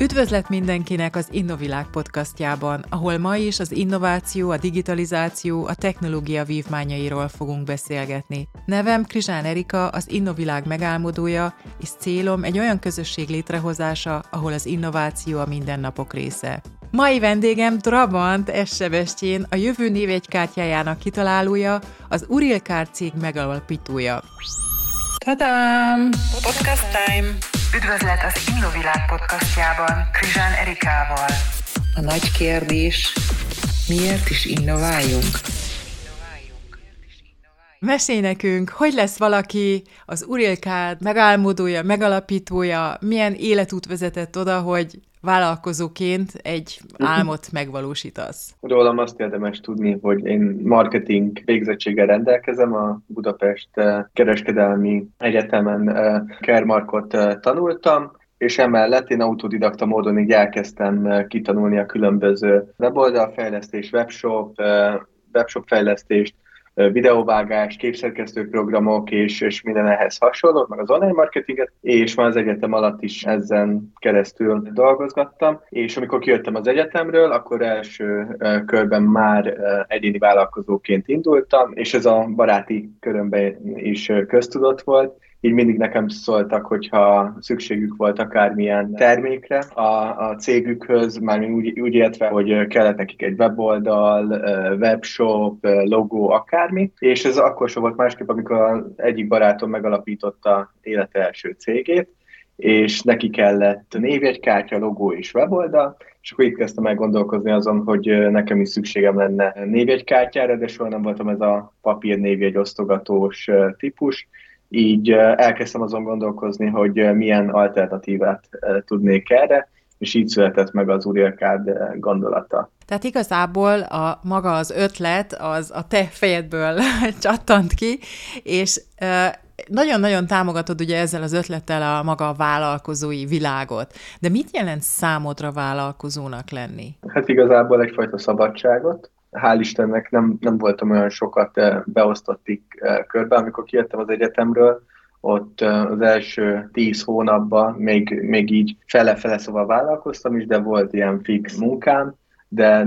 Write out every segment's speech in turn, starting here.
Üdvözlet mindenkinek az Innovilág podcastjában, ahol ma is az innováció, a digitalizáció, a technológia vívmányairól fogunk beszélgetni. Nevem Krizsán Erika, az Innovilág megálmodója, és célom egy olyan közösség létrehozása, ahol az innováció a mindennapok része. Mai vendégem Trabant S. Sebestyén, a jövő névjegykártyájának kitalálója, az Urilkár cég megalapítója. Tadám! Podcast time! Üdvözlet az Innovilág podcastjában Krizsán Erikával. A nagy kérdés, miért is innováljunk? Mesélj nekünk, hogy lesz valaki az Urilkár megálmodója, megalapítója, milyen életút vezetett oda, hogy vállalkozóként egy álmot megvalósítasz? Rólam azt érdemes tudni, hogy én marketing végzettséggel rendelkezem, a Budapest Kereskedelmi Egyetemen Kermarkot tanultam, és emellett én autodidakta módon így elkezdtem kitanulni a különböző weboldalfejlesztés, webshop fejlesztést, videóvágás, képszerkesztő programok és minden ehhez hasonló, meg az online marketinget, és már az egyetem alatt is ezen keresztül dolgozgattam, és amikor kijöttem az egyetemről, akkor első körben már egyéni vállalkozóként indultam, és ez a baráti körömben is köztudott volt. Így mindig nekem szóltak, hogyha szükségük volt akármilyen termékre a cégükhöz, már úgy értve, hogy kellett nekik egy weboldal, webshop, logó, akármi. És ez akkor sem volt másképp, amikor az egyik barátom megalapította élete első cégét, és neki kellett névjegykártya, logó és weboldal, és akkor itt kezdtem el gondolkozni azon, hogy nekem is szükségem lenne névjegykártyára, de soha nem voltam ez a papír névjegy osztogatós típus. Így elkezdtem azon gondolkozni, hogy milyen alternatívát tudnék erre, és így született meg az Urilkár gondolata. Tehát igazából maga az ötlet az a te fejedből csattant ki, és nagyon-nagyon támogatod ugye ezzel az ötlettel a maga a vállalkozói világot. De mit jelent számodra vállalkozónak lenni? Hát igazából egyfajta szabadságot. Hál' Istennek nem voltam olyan sokat beosztottig körbe, amikor kijöttem az egyetemről, ott az első 10 hónapban még így fele-fele szóval vállalkoztam is, de volt ilyen fix munkám, de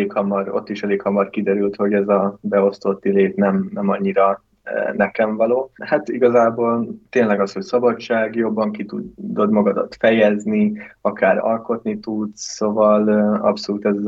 ott is elég hamar kiderült, hogy ez a beosztott lét nem annyira nekem való. Hát igazából tényleg az, hogy szabadság, jobban ki tudod magadat fejezni, akár alkotni tudsz, szóval abszolút ez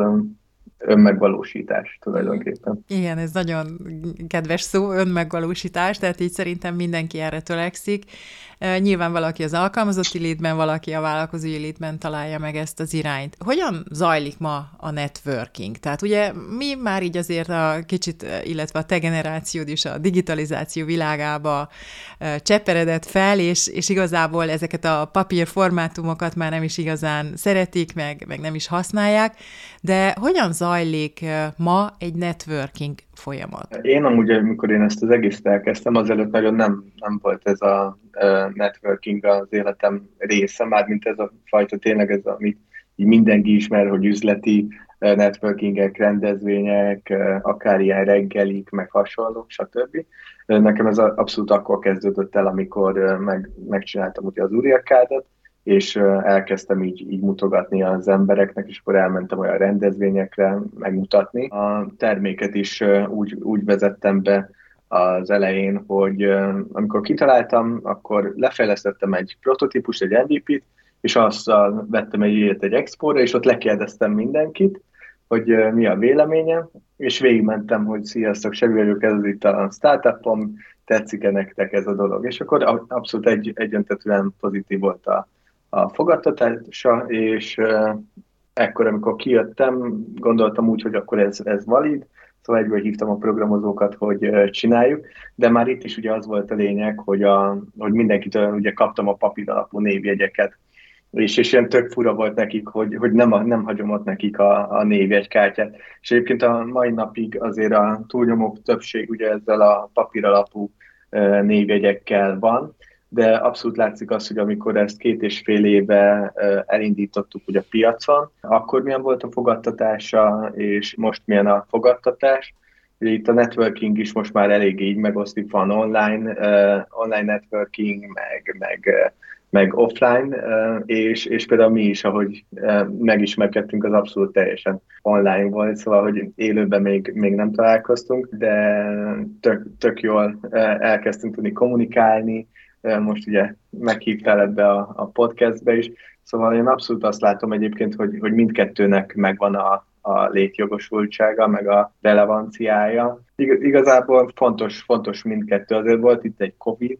önmegvalósítás tulajdonképpen. Igen, ez nagyon kedves szó, önmegvalósítás, tehát így szerintem mindenki erre törekszik. Nyilván valaki az alkalmazotti létben, valaki a vállalkozói létben találja meg ezt az irányt. Hogyan zajlik ma a networking? Tehát ugye mi már így azért a kicsit, illetve a te generációd is a digitalizáció világába cseperedett fel, és igazából ezeket a papírformátumomokat már nem is igazán szeretik, meg nem is használják, de hogyan zajlik ma egy networking folyamat? Én amúgy, amikor én ezt az egészet elkezdtem, azelőtt nagyon nem volt ez a networking az életem része, mármint ez a fajta tényleg ez, amit így mindenki ismer, hogy üzleti networkingek, rendezvények, akár ilyen reggelik, meg hasonlók, stb. Nekem ez abszolút akkor kezdődött el, amikor megcsináltam ugye az Urilkárt, és elkezdtem így mutogatni az embereknek, és akkor elmentem olyan rendezvényekre megmutatni. A terméket is úgy vezettem be az elején, hogy amikor kitaláltam, akkor lefejlesztettem egy prototípust, egy MVP-t, és azzal vettem egy expóra, és ott lekérdeztem mindenkit, hogy mi a véleménye, és végigmentem, hogy sziasztok, Sebi vagyok, ez itt a startupom, tetszik-e nektek ez a dolog? És akkor abszolút egyöntetően pozitív volt a fogadtatása, és ekkor, amikor kijöttem, gondoltam úgy, hogy akkor ez valid, szóval egyből hívtam a programozókat, hogy csináljuk, de már itt is ugye az volt a lényeg, hogy mindenkitől ugye kaptam a papír alapú névjegyeket, és ilyen tök fura volt nekik, hogy nem hagyom ott nekik a névjegykártyát. És egyébként a mai napig azért a túlnyomó többség ugye ezzel a papír alapú névjegyekkel van, de abszolút látszik az, hogy amikor ezt 2,5 éve elindítottuk ugye a piacon, akkor milyen volt a fogadtatása, és most milyen a fogadtatás. Ugye itt a networking is most már eléggé így megoszlik, van online networking, meg offline, és például mi is, ahogy megismerkedtünk, az abszolút teljesen online volt, szóval, hogy élőben még nem találkoztunk, de tök jól elkezdtünk tudni kommunikálni, most ugye meghívtál ebbe a podcastbe is, szóval én abszolút azt látom egyébként, hogy mindkettőnek megvan a létjogosultsága, meg a relevanciája. Igazából fontos mindkettő. Azért volt itt egy Covid,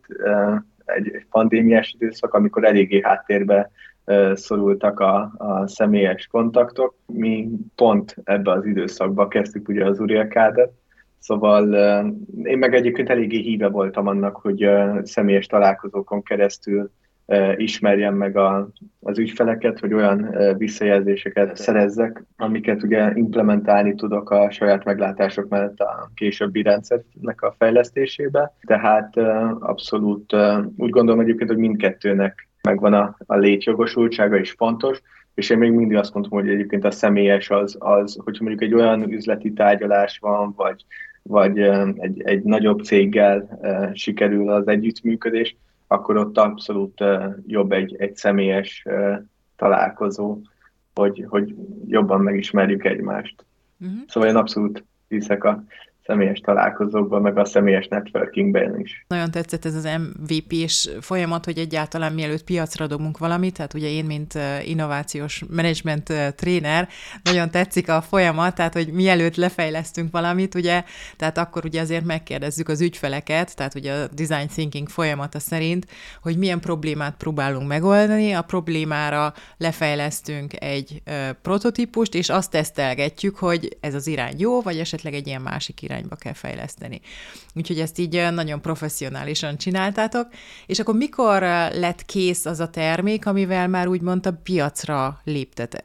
egy pandémiás időszak, amikor eléggé háttérbe szorultak a személyes kontaktok. Mi pont ebbe az időszakba kezdtük ugye az Uriakádet, szóval én meg egyébként eléggé híve voltam annak, hogy személyes találkozókon keresztül ismerjem meg az ügyfeleket, hogy olyan visszajelzéseket szerezzek, amiket ugye implementálni tudok a saját meglátások mellett a későbbi rendszernek a fejlesztésébe. Tehát abszolút úgy gondolom egyébként, hogy mindkettőnek megvan a létjogosultsága is fontos, és én még mindig azt mondom, hogy egyébként a személyes az hogyha mondjuk egy olyan üzleti tárgyalás van, vagy egy nagyobb céggel sikerül az együttműködés, akkor ott abszolút jobb egy személyes találkozó, hogy jobban megismerjük egymást. Uh-huh. Szóval én abszolút hiszek a személyes találkozókban, meg a személyes networkingben is. Nagyon tetszett ez az MVP-s folyamat, hogy egyáltalán mielőtt piacra dobunk valamit, tehát ugye én, mint innovációs menedzsment tréner, nagyon tetszik a folyamat, tehát hogy mielőtt lefejlesztünk valamit, ugye, tehát akkor ugye azért megkérdezzük az ügyfeleket, tehát ugye a design thinking folyamata szerint, hogy milyen problémát próbálunk megoldani, a problémára lefejlesztünk egy prototípust, és azt tesztelgetjük, hogy ez az irány jó, vagy esetleg egy ilyen másik irányba kell fejleszteni. Úgyhogy ezt így nagyon professzionálisan csináltátok, és akkor mikor lett kész az a termék, amivel már úgymond a piacra léptetek?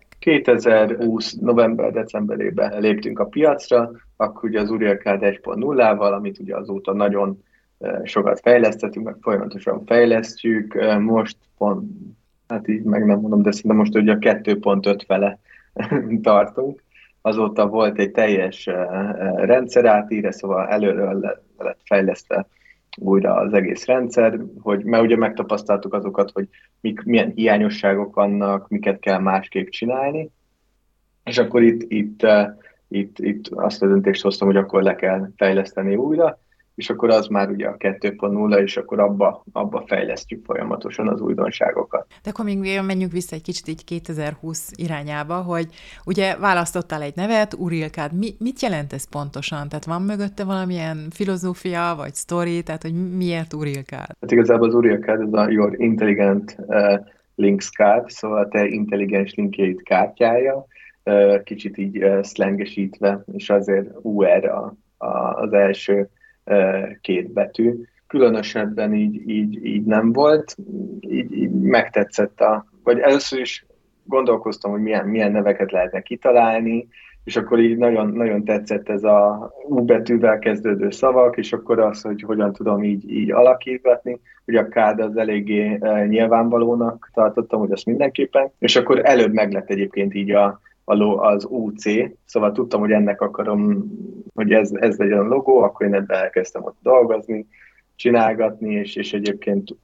2020 november-decemberében léptünk a piacra, akkor ugye az Uriacard 1.0-val, amit ugye azóta nagyon sokat fejlesztettünk, meg folyamatosan fejlesztjük, most pont, hát így meg nem mondom, de szerintem most ugye a 2.5 fele tartunk. Azóta volt egy teljes rendszerátíre, szóval előről lett fejlesztve újra az egész rendszer, mert ugye megtapasztaltuk azokat, hogy milyen hiányosságok vannak, miket kell másképp csinálni, és akkor itt azt a döntést hoztam, hogy akkor le kell fejleszteni újra, és akkor az már ugye a 2.0, és akkor abba fejlesztjük folyamatosan az újdonságokat. De akkor még menjünk vissza egy kicsit így 2020 irányába, hogy ugye választottál egy nevet, Uriacard. Mit jelent ez pontosan? Tehát van mögötte valamilyen filozófia, vagy sztori, tehát hogy miért Uriacard? Hát igazából az Uriacard ez a Your Intelligent Links Card, szóval a te intelligens linkjeid kártyája, kicsit így szlengesítve, és azért UR az első két betű. Különösebben így nem volt, így megtetszett vagy először is gondolkoztam, hogy milyen neveket lehetne kitalálni, és akkor így nagyon, nagyon tetszett ez a U betűvel kezdődő szavak, és akkor az, hogy hogyan tudom így alakítgatni. Ugye a kád az eléggé nyilvánvalónak tartottam, hogy azt mindenképpen, és akkor előbb meglett egyébként így az UC, szóval tudtam, hogy ennek akarom, hogy ez legyen a logó, akkor én ebben elkezdtem ott dolgozni, csinálgatni, és egyébként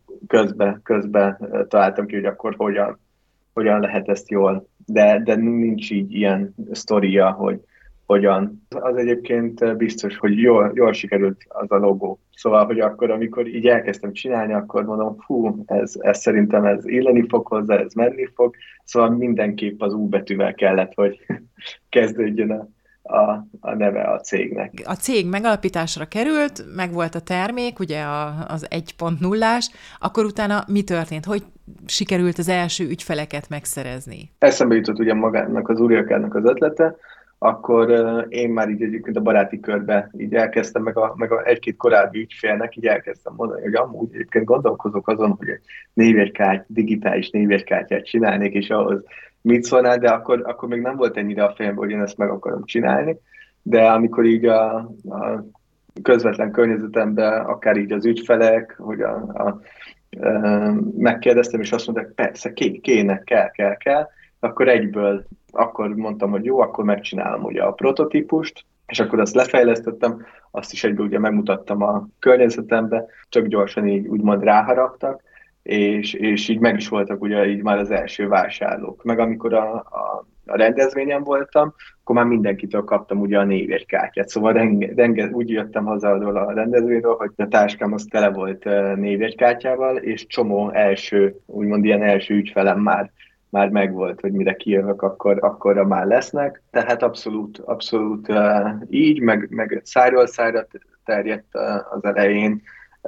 közben találtam ki, hogy akkor hogyan lehet ezt jól, de nincs így ilyen sztoria, hogy hogyan. Az egyébként biztos, hogy jól sikerült az a logó. Szóval, hogy akkor, amikor így elkezdtem csinálni, akkor mondom, ez szerintem ez illeni fog hozzá, ez menni fog. Szóval mindenképp az U betűvel kellett, hogy kezdődjön a neve a cégnek. A cég megalapításra került, meg volt a termék, ugye az 1.0-ás, akkor utána mi történt? Hogy sikerült az első ügyfeleket megszerezni? Eszembe jutott ugye magának az Uriacardnak az ötlete, akkor én már így egyébként a baráti körbe így elkezdtem, meg a egy-két korábbi ügyfélnek így elkezdtem mondani, hogy amúgy egyébként gondolkozok azon, hogy egy digitális névjegykártyát csinálnék, és ahhoz mit szólnál, de akkor még nem volt ennyire a fejemben, hogy én ezt meg akarom csinálni, de amikor így a közvetlen környezetemben, akár így az ügyfelek, hogy megkérdeztem, és azt mondták, persze, kéne, kell, akkor egyből akkor mondtam, hogy jó, akkor megcsinálom ugye a prototípust, és akkor azt lefejlesztettem, azt is egyben ugye megmutattam a környezetembe, csak gyorsan így úgymond ráharaptak, és így meg is voltak ugye így már az első vásárlók. Meg amikor a rendezvényen voltam, akkor már mindenkitől kaptam ugye a névjegykártyát. Szóval úgy jöttem haza arról a rendezvényről, hogy a táskám az tele volt névjegykártyával, és csomó úgymond ilyen első ügyfelem már megvolt, hogy mire kijövök, akkorra már lesznek. Tehát abszolút így, meg szájról szájra terjedt az elején.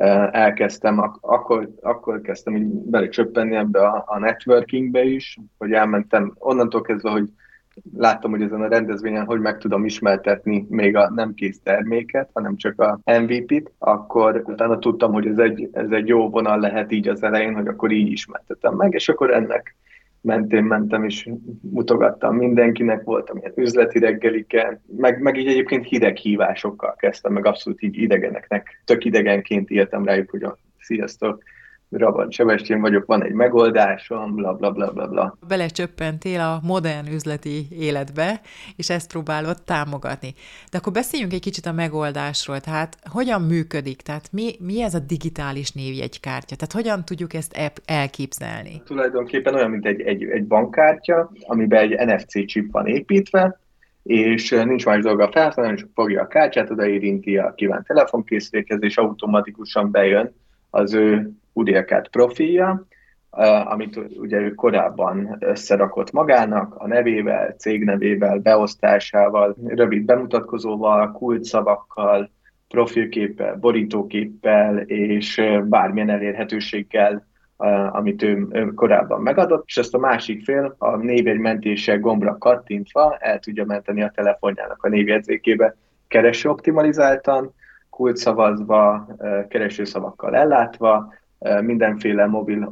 Elkezdtem, akkor kezdtem így belecsöppenni ebbe a networkingbe is, hogy elmentem onnantól kezdve, hogy láttam, hogy ezen a rendezvényen hogy meg tudom ismertetni még a nem kész terméket, hanem csak a MVP-t, akkor utána tudtam, hogy ez egy jó vonal lehet így az elején, hogy akkor így ismertetem meg, és akkor ennek mentén mentem, és mutogattam mindenkinek, voltam ilyen üzleti reggeliken, meg így egyébként hideg hívásokkal kezdtem, meg abszolút így idegeneknek, tök idegenként írtam rájuk, hogy sziasztok, Rabad Sebestyén vagyok, van egy megoldásom, bla bla bla bla bla. Belecsöppentél a modern üzleti életbe, és ezt próbálod támogatni. De akkor beszéljünk egy kicsit a megoldásról, tehát hogyan működik, tehát mi ez a digitális névjegykártya, tehát hogyan tudjuk ezt elképzelni? Tulajdonképpen olyan, mint egy bankkártya, amiben egy NFC chip van építve, és nincs más dolga a felhasználó, csak fogja a kártyát, oda érinti a kívánt telefonkészülékhez, és automatikusan bejön az ő UDL-kártya profilja, amit ugye ő korábban összerakott magának, a nevével, cégnevével, beosztásával, rövid bemutatkozóval, kulcsszavakkal, profilképpel, borítóképpel és bármilyen elérhetőséggel, amit ő korábban megadott, és ezt a másik fél a névjegymentése gombra kattintva el tudja menteni a telefonjának a névjegyzékébe kereső optimalizáltan, kulcsszavazva, keresőszavakkal ellátva, mindenféle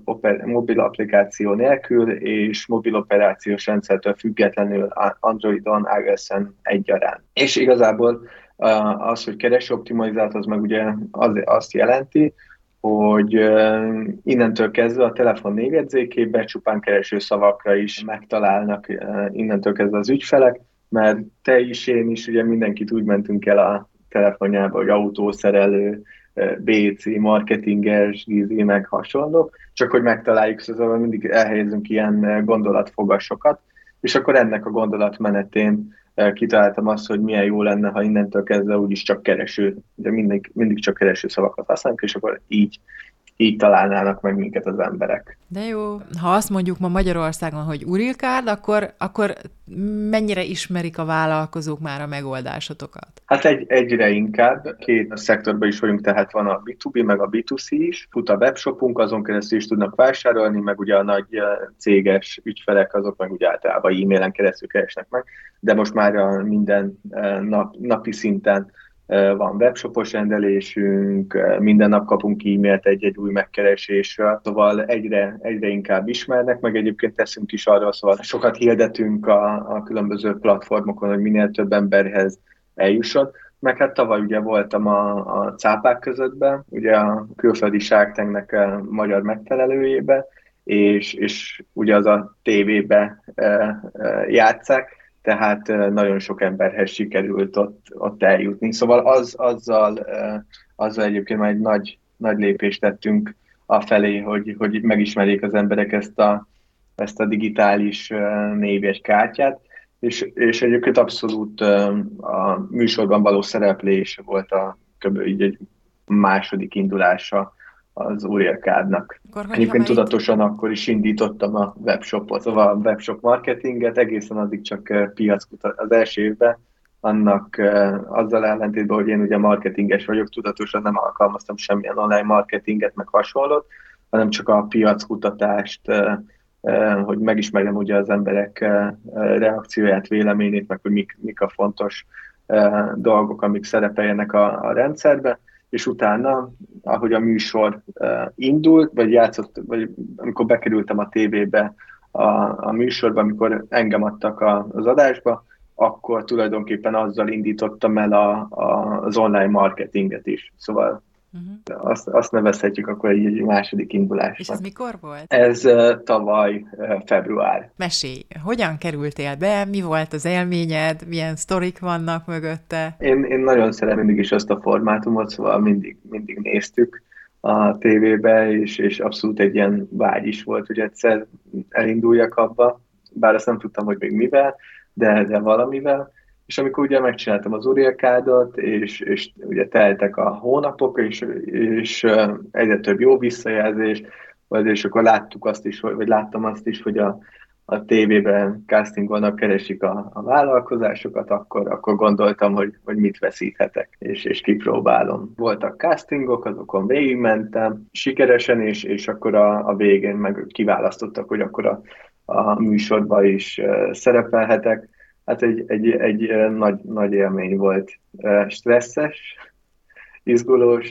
mobil applikáció nélkül, és mobil operációs rendszertől függetlenül Androidon, iOS-en egyaránt. És igazából az, hogy keresőoptimalizált, az meg ugye azt jelenti, hogy innentől kezdve a telefon névjegyzékébe csupán keresőszavakra is megtalálnak innentől kezdve az ügyfelek, mert te is, én is, ugye mindenkit úgy mentünk el a telefonjába, hogy autószerelő, BC, marketinges, gizi, meg hasonlók, csak hogy megtaláljuk, szóval mindig elhelyezünk ilyen gondolatfogasokat, és akkor ennek a gondolatmenetén kitaláltam azt, hogy milyen jó lenne, ha innentől kezdve úgyis csak kereső, de mindig csak kereső szavakat használunk, és akkor így találnának meg minket az emberek. De jó, ha azt mondjuk ma Magyarországon, hogy URIL-kárd, akkor mennyire ismerik a vállalkozók már a megoldásotokat? Hát egyre inkább. Két szektorban is vagyunk, tehát van a B2B, meg a B2C is. Fut a webshopunk, azon keresztül is tudnak vásárolni, meg ugye a nagy céges ügyfelek, azok meg ugye általában e-mailen keresztül keresnek meg, de most már minden napi szinten van webshopos rendelésünk, minden nap kapunk e-mailt egy új megkeresésről, szóval egyre inkább ismernek, meg egyébként teszünk is arról, szóval sokat hirdetünk a különböző platformokon, hogy minél több emberhez eljusson. Meg hát tavaly ugye voltam a cápák közöttben, ugye a külföldi Shark Tanknek a magyar megfelelőjébe, és ugye az a tévébe játsszák, tehát nagyon sok emberhez sikerült ott eljutni. Szóval azzal egyébként már egy nagy lépést tettünk afelé, hogy megismerjék az emberek ezt a digitális névjegykártyát, és egyébként abszolút a műsorban való szereplés volt kb. Így egy második indulása az URIL-kártnak. Egyébként tudatosan akkor is indítottam a webshopot, szóval a webshop marketinget, egészen addig csak piackutat az első évben, annak azzal ellentétben, hogy én ugye marketinges vagyok, tudatosan nem alkalmaztam semmilyen online marketinget, meg hasonlót, hanem csak a piackutatást, hogy megismerjem ugye az emberek reakcióját, véleményét, meg hogy mik a fontos dolgok, amik szerepeljenek a rendszerben, és utána, ahogy a műsor indult, vagy amikor bekerültem a tévébe a műsorba, amikor engem adtak az adásba, akkor tulajdonképpen azzal indítottam el az online marketinget is. Szóval Azt nevezhetjük akkor egy második indulásnak. És ez mikor volt? Ez tavaly február. Mesélj, hogyan kerültél be, mi volt az élményed, milyen sztorik vannak mögötte? Én nagyon szeretem mindig is azt a formátumot, szóval mindig néztük a tévébe, és abszolút egy ilyen vágy is volt, hogy egyszer elinduljak abba, bár azt nem tudtam, hogy még mivel, de valamivel. És amikor ugye megcsináltam az Urielkádot, és ugye teltek a hónapok, és egyre több jó visszajelzés, és akkor láttam azt is, hogy a tévében castingolnak, keresik a vállalkozásokat, akkor gondoltam, hogy mit veszíthetek, és kipróbálom. Voltak castingok, azokon végigmentem sikeresen, és akkor a végén meg kiválasztottak, hogy akkor a műsorban is szerepelhetek. Hát egy nagy élmény volt, stresszes, izgulós,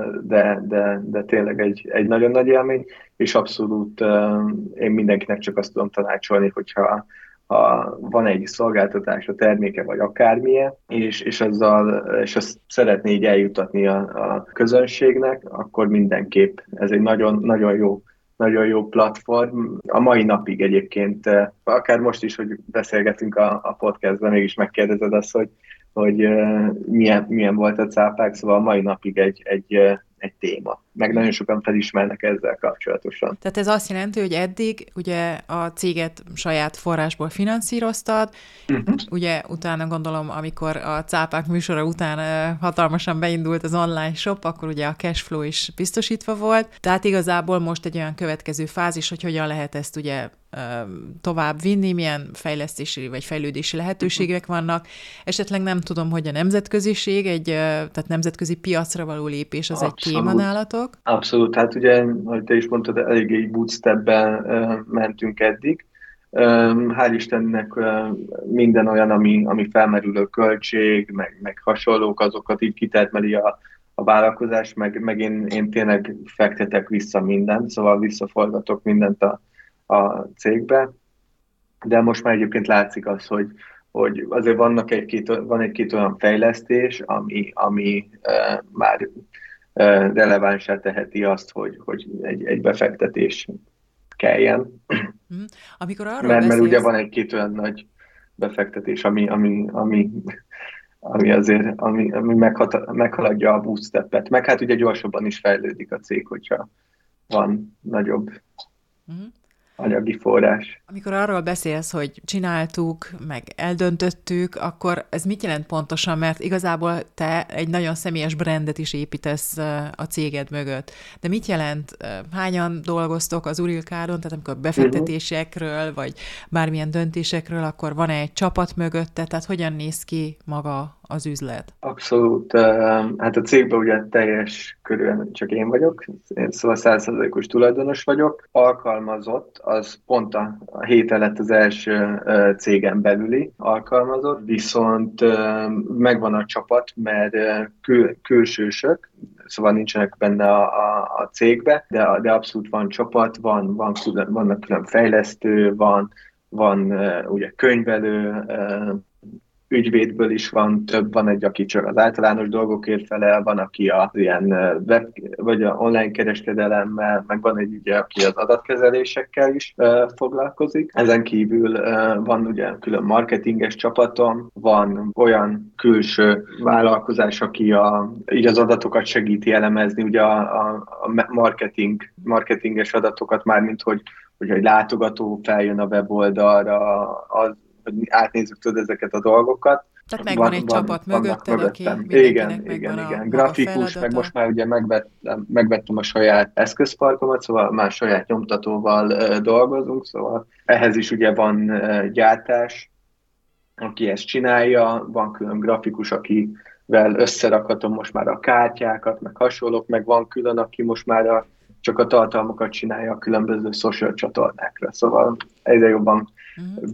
de tényleg egy nagyon nagy élmény, és abszolút én mindenkinek csak azt tudom tanácsolni, hogyha van egy szolgáltatás, a terméke, vagy akármilyen, és azt szeretné így eljutatni a közönségnek, akkor mindenképp ez egy nagyon jó platform. A mai napig egyébként, akár most is, hogy beszélgetünk a podcastben, mégis megkérdezed azt, hogy milyen volt a cápák, szóval a mai napig egy téma. Meg nagyon sokan felismernek ezzel kapcsolatosan. Tehát ez azt jelenti, hogy eddig ugye a céget saját forrásból finanszíroztad, ugye utána gondolom, amikor a cápák műsora után hatalmasan beindult az online shop, akkor ugye a cashflow is biztosítva volt, tehát igazából most egy olyan következő fázis, hogy hogyan lehet ezt ugye tovább vinni, milyen fejlesztési vagy fejlődési lehetőségek vannak. Esetleg nem tudom, hogy a nemzetköziség, tehát nemzetközi piacra való lépés az egy téma nálatok? Abszolút, hát ugye, ahogy te is mondtad, eléggé bootstrapben mentünk eddig. Hál' Istennek minden olyan, ami felmerülő költség, meg hasonlók, azokat így kitermeli a vállalkozás, meg én tényleg fektetek vissza mindent, szóval visszaforgatok mindent a cégbe, de most már egyébként látszik az, hogy azért van egy-két olyan fejlesztés, ami már relevánsá teheti azt, hogy egy befektetés kelljen. Amikor arról mert ugye van egy-két olyan nagy befektetés, ami meghaladja a bootstrapet, meg hát ugye gyorsabban is fejlődik a cég, hogyha van nagyobb anyagi forrás. Amikor arról beszélsz, hogy csináltuk, meg eldöntöttük, akkor ez mit jelent pontosan? Mert igazából te egy nagyon személyes brandet is építesz a céged mögött. De mit jelent? Hányan dolgoztok az Urielkádon? Tehát amikor befektetésekről, vagy bármilyen döntésekről, akkor van egy csapat mögötte? Tehát hogyan néz ki maga az üzlet? Abszolút. Hát a cégben ugye teljes körülön csak én vagyok, szóval 100%-os tulajdonos vagyok. Alkalmazott, az pont a héten lett az első cégen belüli alkalmazott, viszont megvan a csapat, mert külsősök, szóval nincsenek benne a cégbe, de abszolút van csapat, vannak külön fejlesztő, van ugye könyvelő, ügyvédből is van több, van egy, aki csak az általános dolgokért felel, van, aki az ilyen web vagy a online kereskedelemmel, meg van egy, ugye, aki az adatkezelésekkel is foglalkozik. Ezen kívül van ugye külön marketinges csapatom, van olyan külső vállalkozás, aki így az adatokat segíti elemezni, ugye a marketinges adatokat, mármint hogy egy látogató feljön a weboldalra, hogy átnézzük ezeket a dolgokat. Tehát megvan egy csapat mögötted, aki igen. Grafikus, meg most már ugye megvettem a saját eszközparkomat, szóval már saját nyomtatóval dolgozunk, szóval ehhez is ugye van gyártás, aki ezt csinálja, van külön grafikus, akivel összerakhatom most már a kártyákat, meg hasonlók, meg van külön, aki most már csak a tartalmakat csinálja a különböző social csatornákra, szóval egyre jobban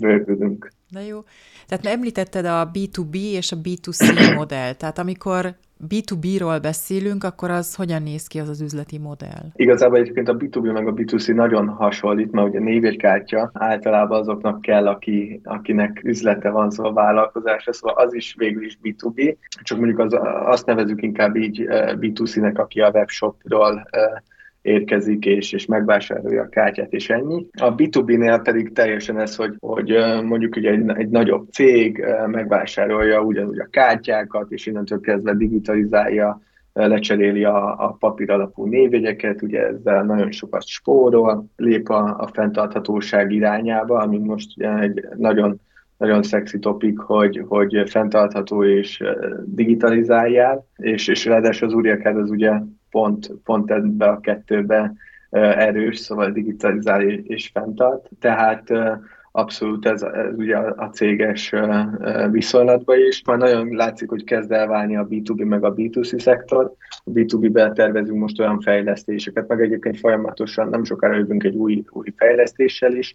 bővülünk. De jó. Tehát említetted a B2B és a B2C modellt. Tehát amikor B2B-ról beszélünk, akkor az hogyan néz ki az üzleti modell? Igazából egyébként a B2B meg a B2C nagyon hasonlít, mert ugye a névjegykártya általában azoknak kell, akinek üzlete van, szóval vállalkozása, szóval az is végül is B2B, csak mondjuk azt nevezzük inkább így B2C-nek, aki a webshopról érkezik és megvásárolja a kártyát, és ennyi. A B2B-nél pedig teljesen ez, hogy mondjuk ugye egy nagyobb cég megvásárolja ugyanúgy a kártyákat, és innentől kezdve digitalizálja, lecseréli a papír alapú névjegyeket, ugye ezzel nagyon sokat spórol, lép a fenntarthatóság irányába, ami most ugye egy nagyon, nagyon szexi topik, hogy fenntartható és digitalizáljál, és ráadásul az Uriakár az ugye pont ebbe a kettőbe erős, szóval digitalizál és fenntart. Tehát abszolút ez ugye a céges viszonylatban is. Már nagyon látszik, hogy kezd elválni a B2B meg a B2C szektor. A B2B-ben tervezünk most olyan fejlesztéseket, meg egyébként folyamatosan nem sokára jövünk egy új fejlesztéssel is,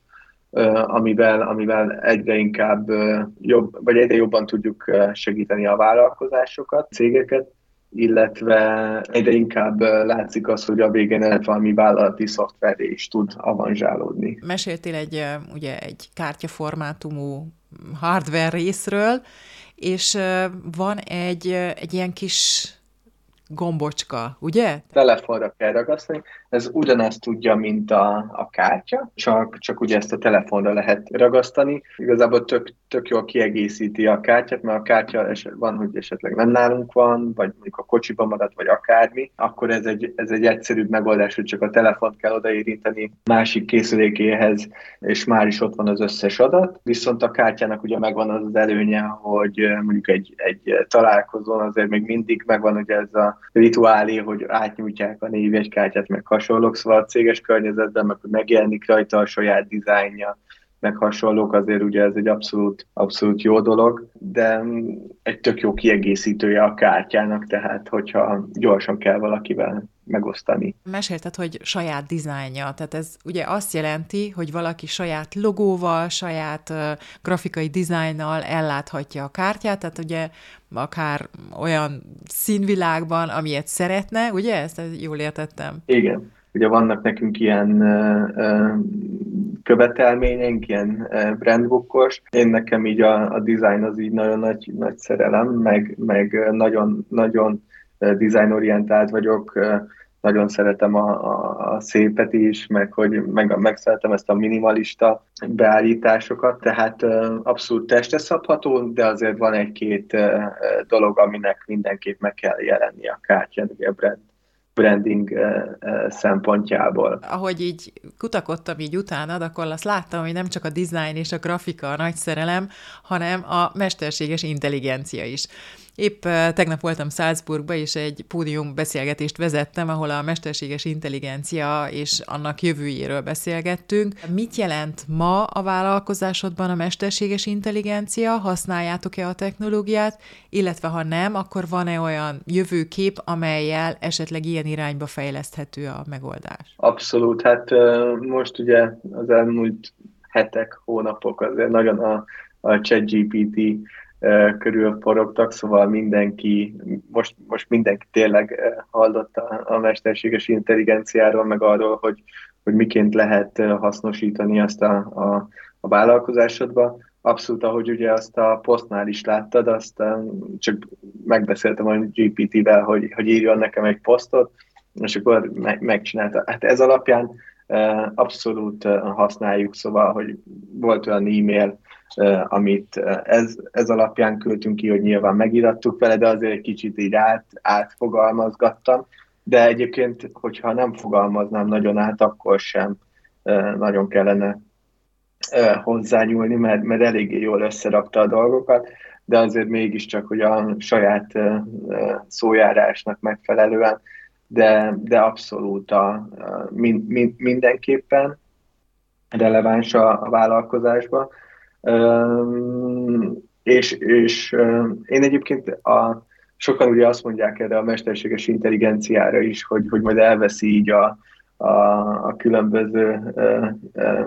amivel egyre inkább vagy egyre jobban tudjuk segíteni a vállalkozásokat, cégeket, illetve egyre inkább látszik az, hogy a végén lehet valami vállalati szoftverre is tud avanzsálódni. Meséltél egy kártyaformátumú hardware részről, és van egy ilyen kis gombocska, ugye? Telefonra kell ragasztani. Ez ugyanazt tudja, mint a kártya, csak ugye ezt a telefonra lehet ragasztani. Igazából tök jól kiegészíti a kártyát, mert a kártya van, hogy esetleg nem nálunk van, vagy mondjuk a kocsiban marad, vagy akármi, akkor ez egy egyszerűbb megoldás, hogy csak a telefont kell odaérinteni másik készülékéhez, és már is ott van az összes adat. Viszont a kártyának ugye megvan az előnye, hogy mondjuk egy találkozón azért még mindig megvan ugye ez a rituálé, hogy átnyújtják a névjegykártyát, meg hasonlók, szóval a céges környezetben, meg hogy megjelenik rajta a saját dizájnja, meg hasonlók, azért ugye ez egy abszolút jó dolog, de egy tök jó kiegészítője a kártyának, tehát hogyha gyorsan kell valakivel megosztani. Mesélted, hogy saját dizájnja, tehát ez ugye azt jelenti, hogy valaki saját logóval, saját grafikai dizájnnal elláthatja a kártyát, tehát ugye akár olyan színvilágban, amilyet szeretne, ugye? Ezt jól értettem? Igen. Ugye vannak nekünk ilyen követelményeink, ilyen brandbookos. Én nekem így a design az így nagyon nagy szerelem, meg nagyon designorientált vagyok, nagyon szeretem a szépet is, meg szeretem ezt a minimalista beállításosokat, tehát abszolút testre szabható, de azért van egy-két dolog, aminek mindenképp meg kell jelenni a kártyán, ugye branding szempontjából. Ahogy így kutakodtam így utánad, akkor azt láttam, hogy nem csak a design és a grafika a nagy szerelem, hanem a mesterséges intelligencia is. Épp tegnap voltam Salzburgba, és egy pódium beszélgetést vezettem, ahol a mesterséges intelligencia és annak jövőjéről beszélgettünk. Mit jelent ma a vállalkozásodban a mesterséges intelligencia? Használjátok-e a technológiát? Illetve ha nem, akkor van-e olyan jövőkép, amellyel esetleg ilyen irányba fejleszthető a megoldás? Abszolút. Hát most ugye az elmúlt hetek, hónapok azért nagyon a ChatGPT körül forogtak, szóval most mindenki tényleg hallott a mesterséges intelligenciáról, meg arról, hogy miként lehet hasznosítani azt a vállalkozásodba. Abszolút, ahogy ugye azt a posztnál is láttad, azt csak megbeszéltem a GPT-vel, hogy írjon nekem egy posztot, és akkor megcsinálta. Hát ez alapján abszolút használjuk, szóval, hogy volt olyan e-mail, amit ez alapján küldtünk ki, hogy nyilván megirattuk vele, de azért egy kicsit így átfogalmazgattam, de egyébként, hogyha nem fogalmaznám nagyon át, akkor sem nagyon kellene hozzányúlni, mert eléggé jól összerakta a dolgokat, de azért mégiscsak, hogy a saját szójárásnak megfelelően, de abszolút mindenképpen releváns a vállalkozásban. És én egyébként sokan ugye azt mondják erre a mesterséges intelligenciára is, hogy majd elveszi így a különböző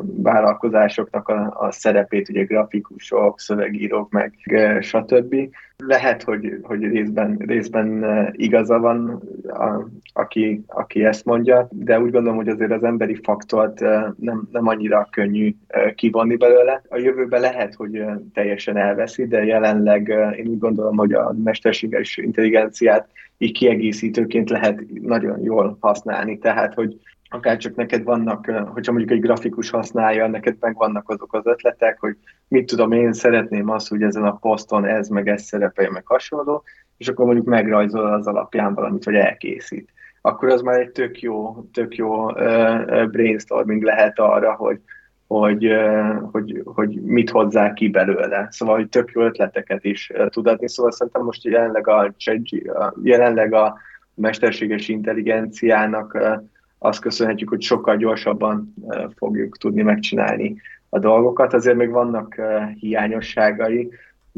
vállalkozásoknak a szerepét, ugye grafikusok, szövegírók, meg stb. lehet, hogy részben igaza van, aki ezt mondja, de úgy gondolom, hogy azért az emberi faktort nem annyira könnyű kivonni belőle. A jövőben lehet, hogy teljesen elveszi, de jelenleg én úgy gondolom, hogy a mesterséges intelligenciát így kiegészítőként lehet nagyon jól használni. Tehát, hogy akár csak neked vannak, hogyha mondjuk egy grafikus használja, neked meg vannak azok az ötletek, hogy mit tudom, én szeretném azt, hogy ezen a poszton ez meg ez szerepelje, meg hasonló, és akkor mondjuk megrajzol az alapján valamit, vagy elkészít. Akkor az már egy tök jó brainstorming lehet arra, hogy mit hozzá ki belőle. Szóval, hogy tök jó ötleteket is tud adni. Szóval szerintem most jelenleg a mesterséges intelligenciának azt köszönhetjük, hogy sokkal gyorsabban fogjuk tudni megcsinálni a dolgokat. Azért még vannak hiányosságai,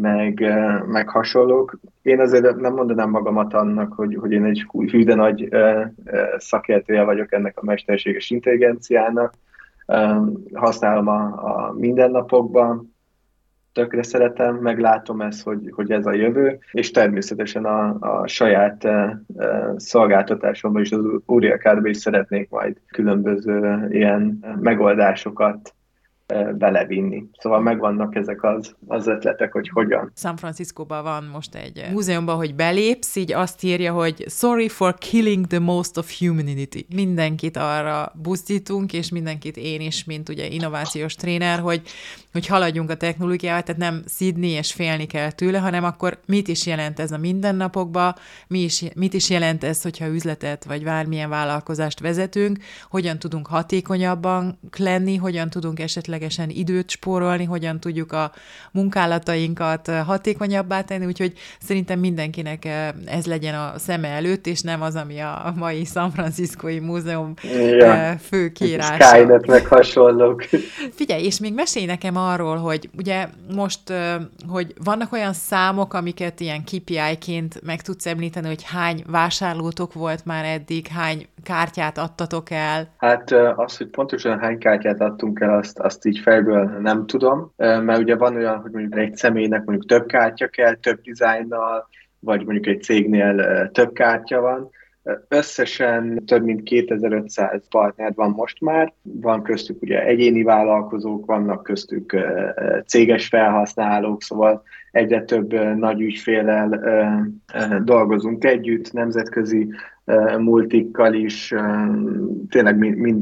meg hasonlók. Én azért nem mondanám magamat annak, hogy én egy hű de nagy szakértője vagyok ennek a mesterséges intelligenciának. Használom a mindennapokban, tökre szeretem, meglátom ezt, hogy ez a jövő, és természetesen a saját szolgáltatásomban is, az Uriakádban is szeretnék majd különböző ilyen megoldásokat belevinni. Szóval megvannak ezek az ötletek, hogy hogyan. San Franciscóban van most egy múzeumban, hogy belépsz, így azt írja, hogy sorry for killing the most of humanity. Mindenkit arra buzdítunk, és mindenkit én is, mint ugye innovációs tréner, hogy haladjunk a technológiával, tehát nem szidni és félni kell tőle, hanem akkor mit is jelent ez a mindennapokban, mit is jelent ez, hogyha üzletet vagy bármilyen vállalkozást vezetünk, hogyan tudunk hatékonyabban lenni, hogyan tudunk esetlegesen időt spórolni, hogyan tudjuk a munkálatainkat hatékonyabbá tenni, úgyhogy szerintem mindenkinek ez legyen a szeme előtt, és nem az, ami a mai San Franciscói Múzeum fő kiírása. Skynet meg hasonlók. Figyelj, és még mesélj nekem arról, hogy ugye most, hogy vannak olyan számok, amiket ilyen KPI-ként meg tudsz említeni, hogy hány vásárlótok volt már eddig, hány kártyát adtatok el? Hát az, hogy pontosan hány kártyát adtunk el, azt így fejből nem tudom, mert ugye van olyan, hogy mondjuk egy személynek mondjuk több kártya kell, több dizájnnal, vagy mondjuk egy cégnél több kártya van. Összesen több mint 2500 partner van most már, van köztük ugye egyéni vállalkozók, vannak köztük céges felhasználók, szóval egyre több nagy ügyféllel dolgozunk együtt, nemzetközi multikkal is, tényleg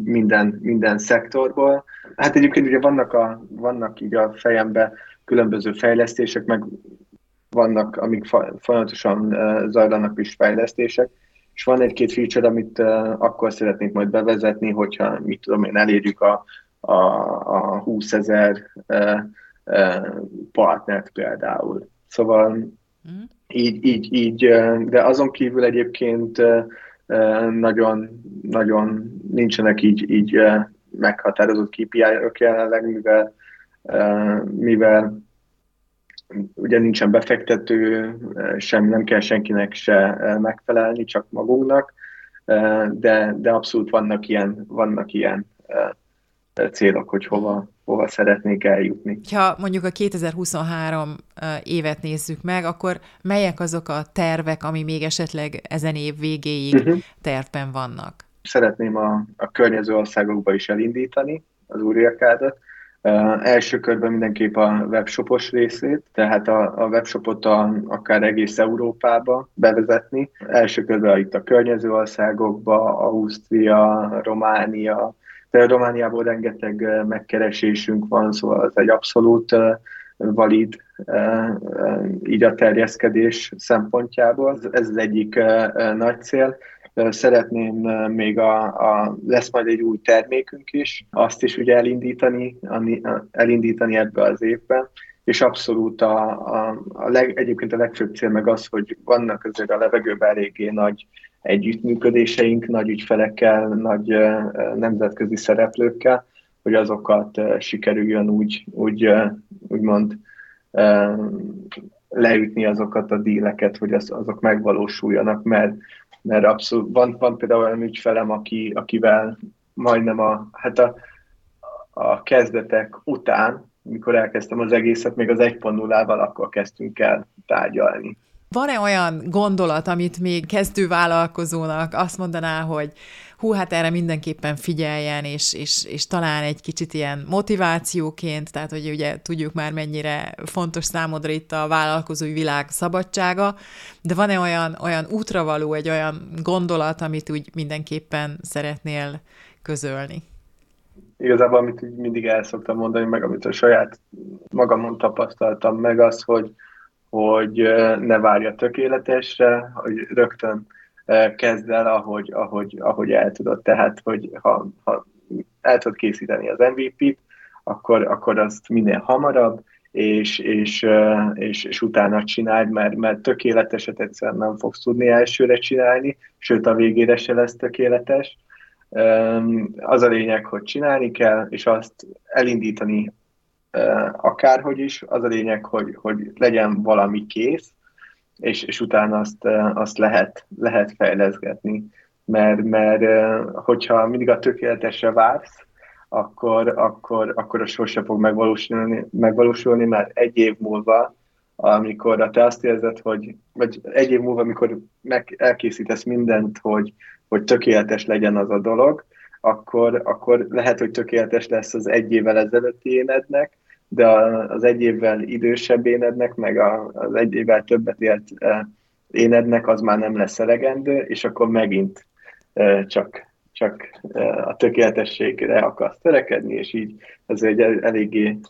minden szektorból. Hát egyébként ugye vannak így a fejemben különböző fejlesztések, meg vannak, amik folyamatosan zajlanak is fejlesztések, és van egy-két feature, amit akkor szeretnék majd bevezetni, hogyha, mit tudom én, elérjük a 20 000 partnert például. Szóval így, de azon kívül egyébként nagyon nincsenek így meghatározott KPI-ok jelenleg, mivel ugye nincsen befektető, nem kell senkinek se megfelelni, csak magunknak, de abszolút vannak ilyen célok, hogy hova szeretnék eljutni. Ha mondjuk a 2023 évet nézzük meg, akkor melyek azok a tervek, ami még esetleg ezen év végéig tervben vannak? Szeretném a környező országokba is elindítani az Uriakádot. Első körben mindenképp a webshopos részét, tehát a webshopot akár egész Európába bevezetni. Első körben itt a környező országokba, Ausztria, Románia, de Romániából rengeteg megkeresésünk van, szóval ez egy abszolút valid így a terjeszkedés szempontjából. Ez az egyik nagy cél. Szeretném még lesz majd egy új termékünk is, azt is ugye elindítani ebbe az évben, és abszolút egyébként a legfőbb cél meg az, hogy vannak azért a levegőben eléggé nagy együttműködéseink, nagy ügyfelekkel, nagy nemzetközi szereplőkkel, hogy azokat sikerüljön úgymond leütni azokat a díleket, hogy azok megvalósuljanak, mert abszolút van például olyan ügyfelem, akivel majdnem a kezdetek után mikor elkezdtem az egészet, még az 1.0-val, akkor kezdtünk el tárgyalni. Van-e olyan gondolat, amit még kezdő vállalkozónak azt mondaná, hogy hú, hát erre mindenképpen figyeljen, és talán egy kicsit ilyen motivációként, tehát hogy ugye tudjuk már mennyire fontos számodra itt a vállalkozói világ szabadsága, de van-e olyan útravaló, egy olyan gondolat, amit úgy mindenképpen szeretnél közölni? Igazából, amit így mindig el szoktam mondani, meg amit a saját magamon tapasztaltam meg, az, hogy ne várj a tökéletesre, hogy rögtön kezd el, ahogy el tudod. Tehát, hogy ha el tudod készíteni az MVP-t, akkor azt minél hamarabb, és utána csináld, mert tökéleteset egyszerűen nem fogsz tudni elsőre csinálni, sőt a végére se lesz tökéletes. Az a lényeg, hogy csinálni kell, és azt elindítani akárhogy is, az a lényeg, hogy legyen valami kész, és utána azt lehet fejleszgetni. Mert hogyha mindig a tökéletesre vársz, akkor az sose fog megvalósulni, mert egy év múlva, amikor te azt érzed, vagy egy év múlva, amikor elkészítesz mindent, hogy tökéletes legyen az a dolog, akkor lehet, hogy tökéletes lesz az egy évvel ezelőtti énednek, de az egy évvel idősebb énednek, meg az egy évvel többet élt énednek az már nem lesz elegendő, és akkor megint csak a tökéletességre akarsz törekedni, és így ez egy eléggé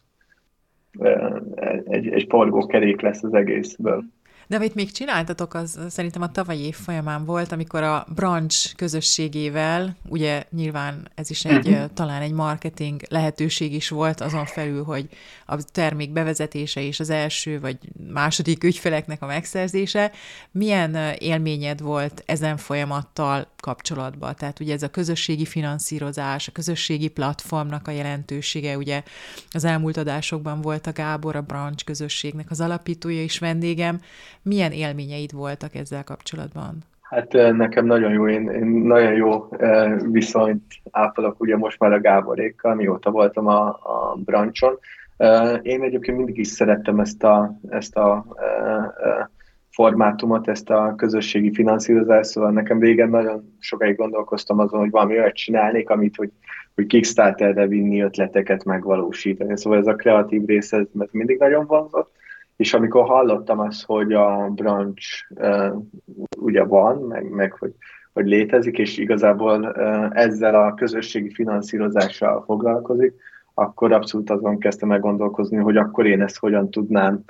egy forgókerék lesz az egészből. De amit még csináltatok, az szerintem a tavalyi év folyamán volt, amikor a Branch közösségével, ugye nyilván ez is talán egy marketing lehetőség is volt, azon felül, hogy a termék bevezetése és az első vagy második ügyfeleknek a megszerzése. Milyen élményed volt ezen folyamattal kapcsolatban? Tehát ugye ez a közösségi finanszírozás, a közösségi platformnak a jelentősége, ugye az elmúlt adásokban volt a Gábor, a Branch közösségnek az alapítója és vendégem. Milyen élményeid voltak ezzel kapcsolatban? Hát nekem nagyon jó, én nagyon jó viszonyt ápolok ugye most már a Gáborékkal, mióta voltam a Branchon. Én egyébként mindig is szerettem ezt a formátumot, ezt a közösségi finanszírozást, szóval nekem régen nagyon sokáig gondolkoztam azon, hogy valami olyat csinálnék, amit hogy Kickstarterre vinni, ötleteket megvalósítani. Szóval ez a kreatív rész, ez mindig nagyon vonzott. És amikor hallottam azt, hogy a Branch ugye van, meg hogy létezik, és igazából ezzel a közösségi finanszírozással foglalkozik, akkor abszolút azon kezdtem el gondolkozni, hogy akkor én ezt hogyan tudnám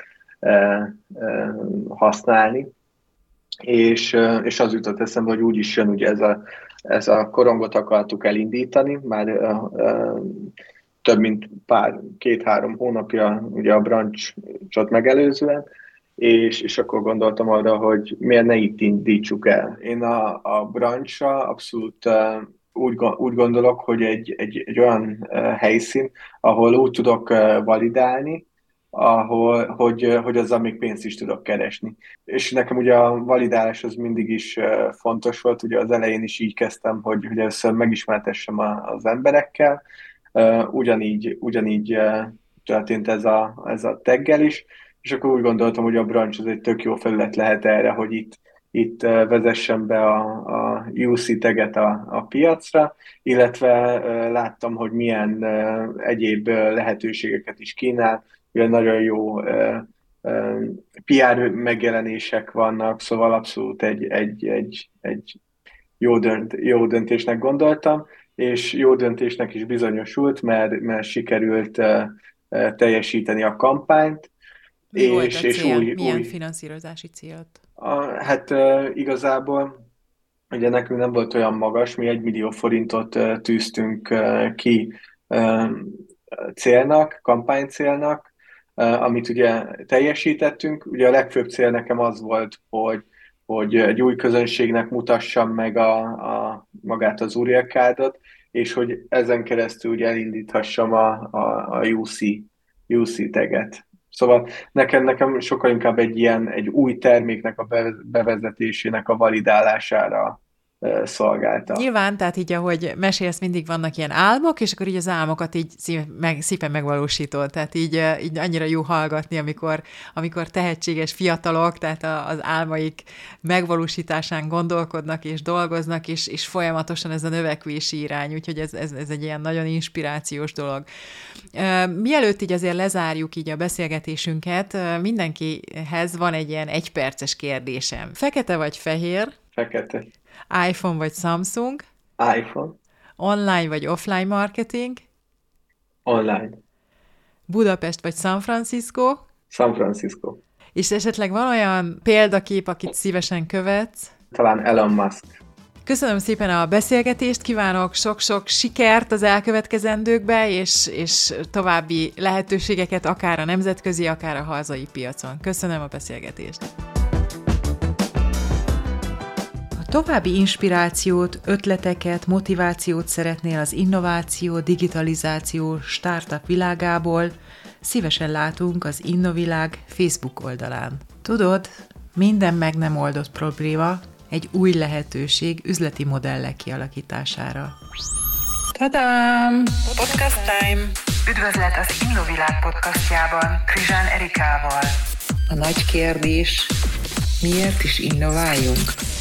használni. És az jutott eszembe, hogy úgy is jön, ugye ez a korongot akartuk elindítani, már több mint 2-3 hónapja ugye a Branchot megelőzően, és akkor gondoltam arra, hogy miért ne itt indítsuk el. Én a Branchra abszolút úgy gondolok, hogy egy olyan helyszín, ahol úgy tudok validálni, hogy azzal még pénzt is tudok keresni. És nekem ugye a validálás az mindig is fontos volt, ugye az elején is így kezdtem, hogy először megismertessem az emberekkel, ugyanígy történt ez a taggel is, és akkor úgy gondoltam, hogy a Branch az egy tök jó felület lehet erre, hogy itt vezessem be a UC taget a piacra, illetve láttam, hogy milyen egyéb lehetőségeket is kínál, ugye nagyon jó PR megjelenések vannak, szóval abszolút egy jó döntésnek gondoltam, és jó döntésnek is bizonyosult, mert sikerült teljesíteni a kampányt. Mi volt a cél? Milyen finanszírozási célt? Hát igazából ugye nekünk nem volt olyan magas, mi 1 millió forintot tűztünk ki kampánycélnak, amit ugye teljesítettünk. Ugye a legfőbb cél nekem az volt, hogy egy új közönségnek mutassam meg magát az Uriel-kádot, és hogy ezen keresztül ugye elindíthassam a UC taget. Szóval nekem sokkal inkább egy új terméknek a bevezetésének a validálására szolgálta. Nyilván, tehát így, ahogy mesélsz, mindig vannak ilyen álmok, és akkor így az álmokat így szépen megvalósítod. Tehát így annyira jó hallgatni, amikor tehetséges fiatalok, tehát az álmaik megvalósításán gondolkodnak és dolgoznak, és folyamatosan ez a növekvési irány, úgyhogy ez egy ilyen nagyon inspirációs dolog. Mielőtt így azért lezárjuk így a beszélgetésünket, mindenkihez van egy ilyen egyperces kérdésem. Fekete vagy fehér? Fekete. iPhone vagy Samsung? iPhone. Online vagy offline marketing? Online. Budapest vagy San Francisco? San Francisco. És esetleg van olyan példakép, akit szívesen követsz? Talán Elon Musk. Köszönöm szépen a beszélgetést, kívánok sok-sok sikert az elkövetkezendőkbe, és további lehetőségeket akár a nemzetközi, akár a hazai piacon. Köszönöm a beszélgetést! További inspirációt, ötleteket, motivációt szeretnél az innováció, digitalizáció, startup világából, szívesen látunk az Innovilág Facebook oldalán. Tudod, minden meg nem oldott probléma egy új lehetőség üzleti modellek kialakítására. Tadám! Podcast Time! Üdvözlet az Innovilág podcastjában Krizsán Erikával. A nagy kérdés, miért is innováljunk?